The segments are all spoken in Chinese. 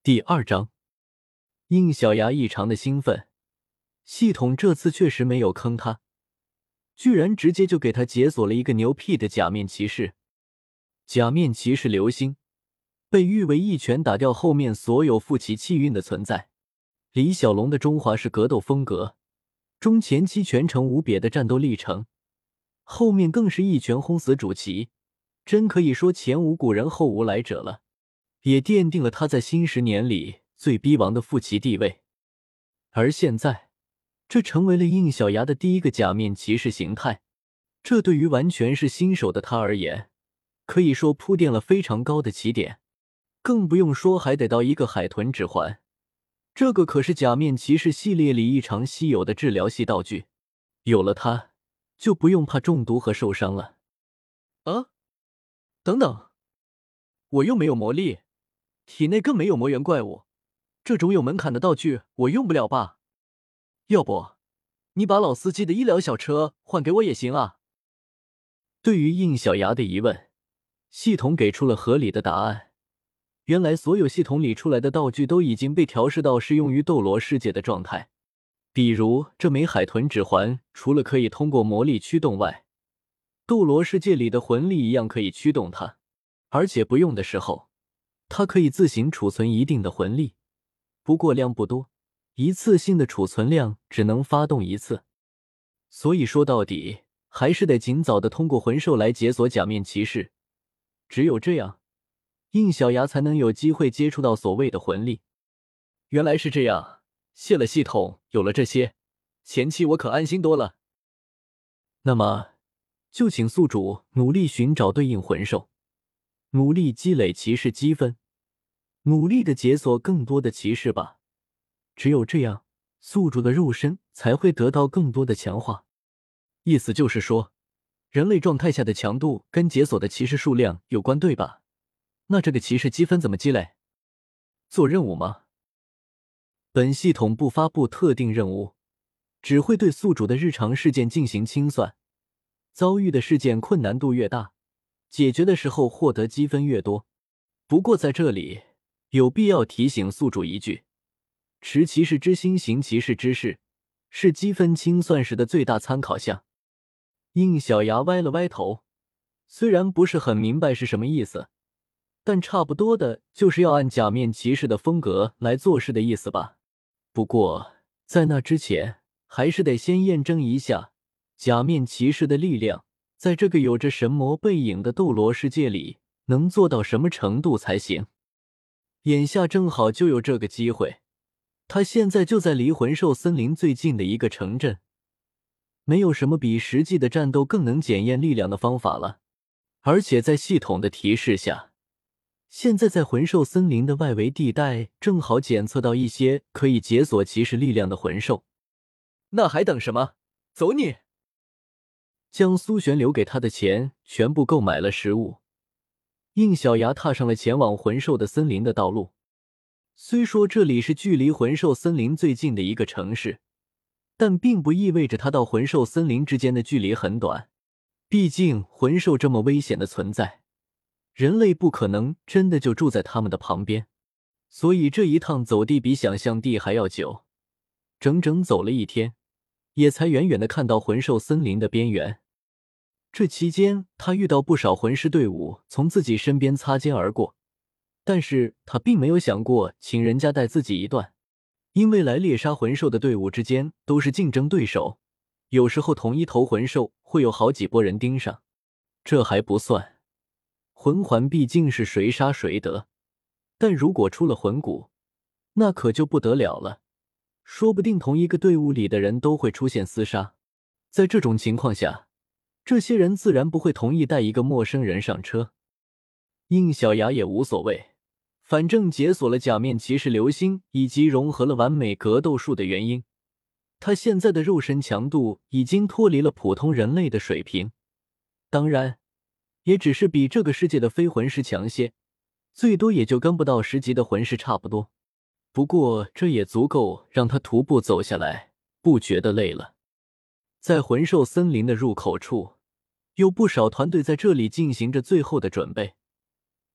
第2章，应小牙异常的兴奋，系统这次确实没有坑他，居然直接就给他解锁了一个牛屁的假面骑士。假面骑士流星被誉为一拳打掉后面所有负其气运的存在。李小龙的中华式格斗风格，中前期全程无瘪的战斗历程，后面更是一拳轰死主骑，真可以说前无古人后无来者了，也奠定了他在新10年里最逼王的负骑地位。而现在，这成为了应小牙的第一个假面骑士形态，这对于完全是新手的他而言，可以说铺垫了非常高的起点，更不用说还得到一个海豚指环，这个可是假面骑士系列里异常稀有的治疗系道具，有了它，就不用怕中毒和受伤了。等等，我又没有魔力，体内更没有魔元怪物，这种有门槛的道具我用不了吧？要不，你把老司机的医疗小车换给我也行啊。对于应小牙的疑问，系统给出了合理的答案。原来所有系统里出来的道具都已经被调试到适用于斗罗世界的状态，比如这枚海豚指环，除了可以通过魔力驱动外，斗罗世界里的魂力一样可以驱动它，而且不用的时候，它可以自行储存一定的魂力，不过量不多，一次性的储存量只能发动一次。所以说到底，还是得尽早的通过魂兽来解锁假面骑士，只有这样，应小牙才能有机会接触到所谓的魂力。原来是这样，谢了系统，有了这些，前期我可安心多了。那么，就请宿主努力寻找对应魂兽，努力积累骑士积分，努力的解锁更多的骑士吧。只有这样，宿主的肉身才会得到更多的强化。意思就是说，人类状态下的强度跟解锁的骑士数量有关，对吧？那这个骑士积分怎么积累？做任务吗？本系统不发布特定任务，只会对宿主的日常事件进行清算。遭遇的事件困难度越大，解决的时候获得积分越多。不过在这里，有必要提醒宿主一句，持骑士之心行骑士之事，是积分清算时的最大参考项。应小牙歪了歪头，虽然不是很明白是什么意思，但差不多的就是要按假面骑士的风格来做事的意思吧。不过在那之前，还是得先验证一下假面骑士的力量在这个有着神魔背影的斗罗世界里能做到什么程度才行。眼下正好就有这个机会，他现在就在离魂兽森林最近的一个城镇，没有什么比实际的战斗更能检验力量的方法了。而且在系统的提示下，现在在魂兽森林的外围地带正好检测到一些可以解锁骑士力量的魂兽。那还等什么？走你！将苏璇留给他的钱全部购买了食物，应小牙踏上了前往魂兽的森林的道路。虽说这里是距离魂兽森林最近的一个城市，但并不意味着他到魂兽森林之间的距离很短。毕竟魂兽这么危险的存在，人类不可能真的就住在他们的旁边，所以这一趟走地比想象地还要久，整整走了1天，也才远远地看到魂兽森林的边缘。这期间，他遇到不少魂师队伍从自己身边擦肩而过，但是他并没有想过请人家带自己一段，因为来猎杀魂兽的队伍之间都是竞争对手，有时候同一头魂兽会有好几拨人盯上。这还不算，魂环毕竟是谁杀谁得，但如果出了魂骨，那可就不得了了，说不定同一个队伍里的人都会出现厮杀。在这种情况下，这些人自然不会同意带一个陌生人上车。应小牙也无所谓，反正解锁了假面骑士流星以及融合了完美格斗术的原因，他现在的肉身强度已经脱离了普通人类的水平，当然也只是比这个世界的非魂师强些，最多也就跟不到10级的魂师差不多。不过这也足够让他徒步走下来不觉得累了。在魂兽森林的入口处，有不少团队在这里进行着最后的准备。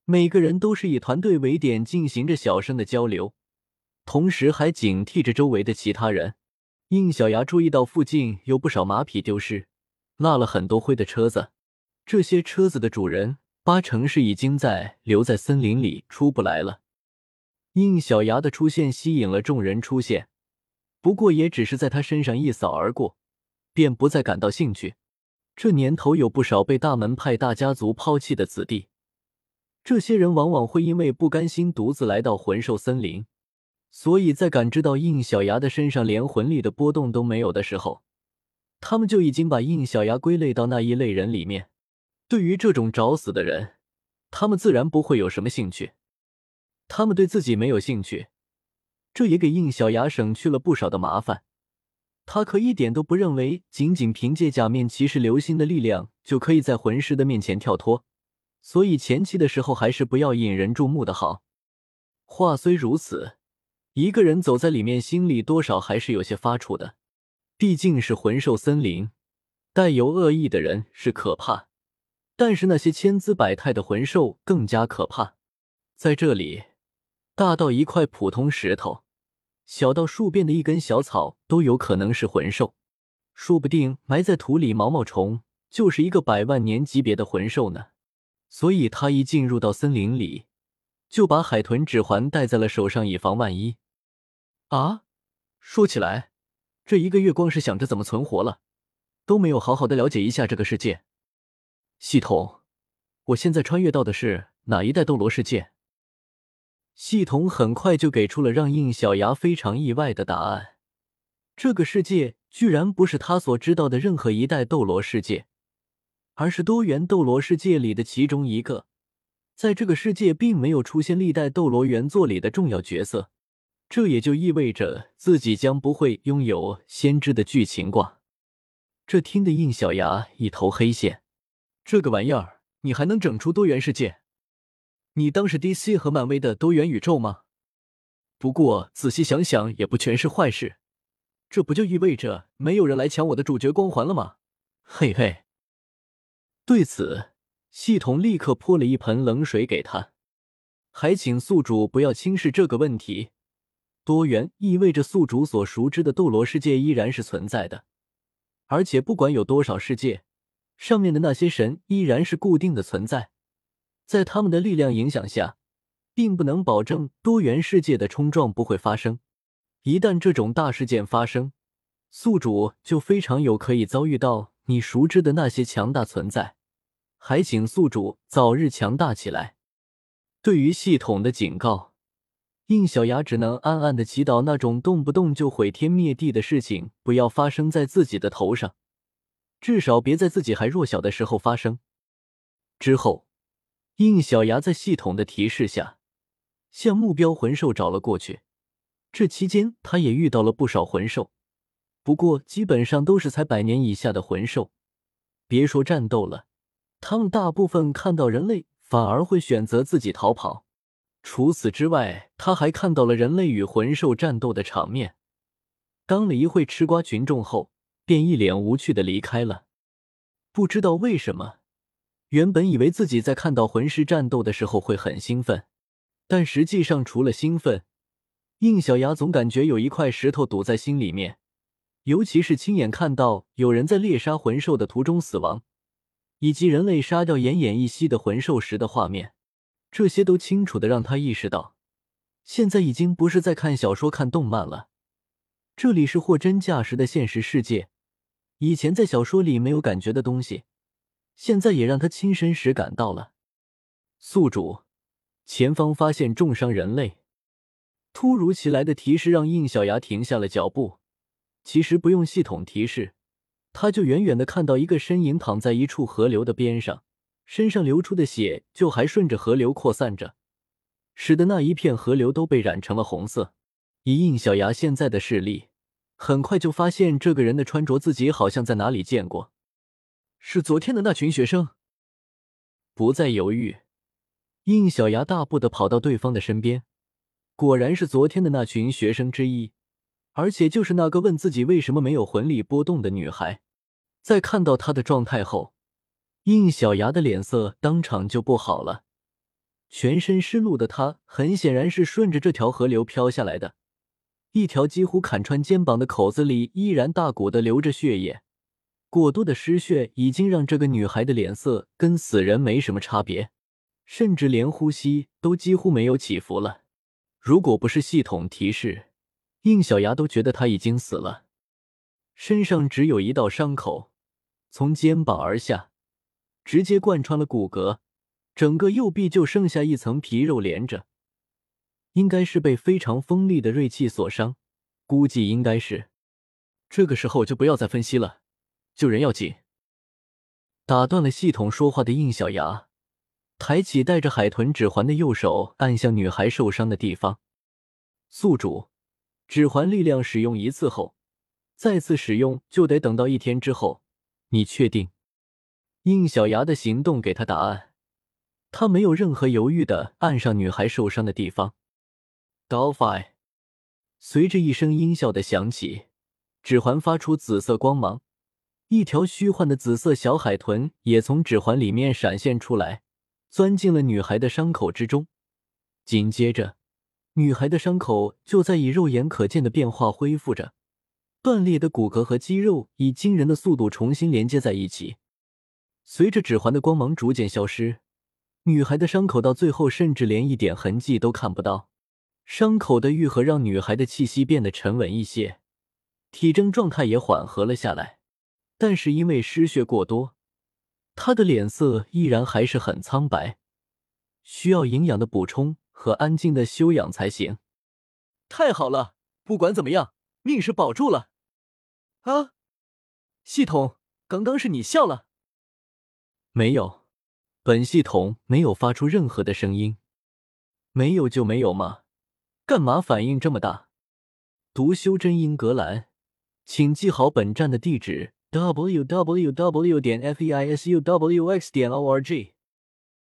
每个人都是以团队为点进行着小声的交流，同时还警惕着周围的其他人。应小牙注意到附近有不少马匹丢失、落了很多灰的车子，这些车子的主人80%是已经留在森林里出不来了。应小牙的出现吸引了众人出现，不过也只是在他身上一扫而过，便不再感到兴趣。这年头有不少被大门派大家族抛弃的子弟，这些人往往会因为不甘心独自来到魂兽森林，所以在感知到应小牙的身上连魂力的波动都没有的时候，他们就已经把应小牙归类到那一类人里面。对于这种找死的人，他们自然不会有什么兴趣。他们对自己没有兴趣，这也给应小牙省去了不少的麻烦。他可一点都不认为仅仅凭借假面骑士流星的力量就可以在魂师的面前跳脱，所以前期的时候还是不要引人注目的好。话虽如此，一个人走在里面心里多少还是有些发怵的，毕竟是魂兽森林，带有恶意的人是可怕，但是那些千姿百态的魂兽更加可怕。在这里，大到一块普通石头，小到树边的一根小草都有可能是魂兽，说不定埋在土里毛毛虫就是一个100万年级别的魂兽呢。所以他一进入到森林里，就把海豚指环戴在了手上，以防万一。啊，说起来，这一个月光是想着怎么存活了，都没有好好的了解一下这个世界。系统，我现在穿越到的是哪一代斗罗世界？系统很快就给出了让应小牙非常意外的答案。这个世界居然不是他所知道的任何一代斗罗世界，而是多元斗罗世界里的其中一个。在这个世界并没有出现历代斗罗原作里的重要角色，这也就意味着自己将不会拥有先知的剧情挂。这听得应小牙一头黑线，这个玩意儿你还能整出多元世界？你当是 DC 和漫威的多元宇宙吗？不过仔细想想也不全是坏事，这不就意味着没有人来抢我的主角光环了吗？嘿嘿。对此，系统立刻泼了一盆冷水给他，还请宿主不要轻视这个问题。多元意味着宿主所熟知的斗罗世界依然是存在的，而且不管有多少世界，上面的那些神依然是固定的存在，在他们的力量影响下，并不能保证多元世界的冲撞不会发生。一旦这种大事件发生，宿主就非常有可以遭遇到你熟知的那些强大存在，还请宿主早日强大起来。对于系统的警告，应小牙只能暗暗地祈祷那种动不动就毁天灭地的事情不要发生在自己的头上，至少别在自己还弱小的时候发生。之后，应小牙在系统的提示下，向目标魂兽找了过去。这期间他也遇到了不少魂兽，不过基本上都是才100年以下的魂兽，别说战斗了，他们大部分看到人类反而会选择自己逃跑。除此之外，他还看到了人类与魂兽战斗的场面，当了一会吃瓜群众后，便一脸无趣地离开了。不知道为什么，原本以为自己在看到魂师战斗的时候会很兴奋，但实际上除了兴奋，应小牙总感觉有一块石头堵在心里面，尤其是亲眼看到有人在猎杀魂兽的途中死亡，以及人类杀掉奄奄一息的魂兽时的画面，这些都清楚地让他意识到，现在已经不是在看小说看动漫了，这里是货真价实的现实世界。以前在小说里没有感觉的东西，现在也让他亲身实感到了。宿主，前方发现重伤人类。突如其来的提示让应小牙停下了脚步，其实不用系统提示，他就远远地看到一个身影躺在一处河流的边上，身上流出的血就还顺着河流扩散着，使得那一片河流都被染成了红色。以应小牙现在的视力，很快就发现这个人的穿着自己好像在哪里见过，是昨天的那群学生。不再犹豫，应小牙大步地跑到对方的身边，果然是昨天的那群学生之一，而且就是那个问自己为什么没有魂力波动的女孩。在看到她的状态后，应小牙的脸色当场就不好了， 全身湿漉的他很显然是顺着这条河流飘下来的，一条几乎砍穿肩膀的口子里依然大股的流着血液，过多的失血已经让这个女孩的脸色跟死人没什么差别，甚至连呼吸都几乎没有起伏了。如果不是系统提示，应小牙都觉得她已经死了。身上只有一道伤口，从肩膀而下，直接贯穿了骨骼，整个右臂就剩下一层皮肉连着，应该是被非常锋利的锐器所伤，估计应该是。这个时候就不要再分析了，救人要紧。打断了系统说话的应小牙，抬起带着海豚指环的右手按向女孩受伤的地方。宿主，指环力量使用一次后，再次使用就得等到1天之后，你确定？应小牙的行动给他答案，他没有任何犹豫地按上女孩受伤的地方。Dolphin， 随着一声音效的响起，指环发出紫色光芒，一条虚幻的紫色小海豚也从指环里面闪现出来，钻进了女孩的伤口之中。紧接着，女孩的伤口就在以肉眼可见的变化恢复着，断裂的骨骼和肌肉以惊人的速度重新连接在一起。随着指环的光芒逐渐消失，女孩的伤口到最后甚至连一点痕迹都看不到。伤口的愈合让女孩的气息变得沉稳一些，体征状态也缓和了下来，但是因为失血过多，她的脸色依然还是很苍白，需要营养的补充和安静的休养才行。太好了，不管怎么样，命是保住了。啊，系统，刚刚是你笑了？没有，本系统没有发出任何的声音。没有就没有嘛，干嘛反应这么大？读修真英格兰，请记好本站的地址 www.feisuwx.org。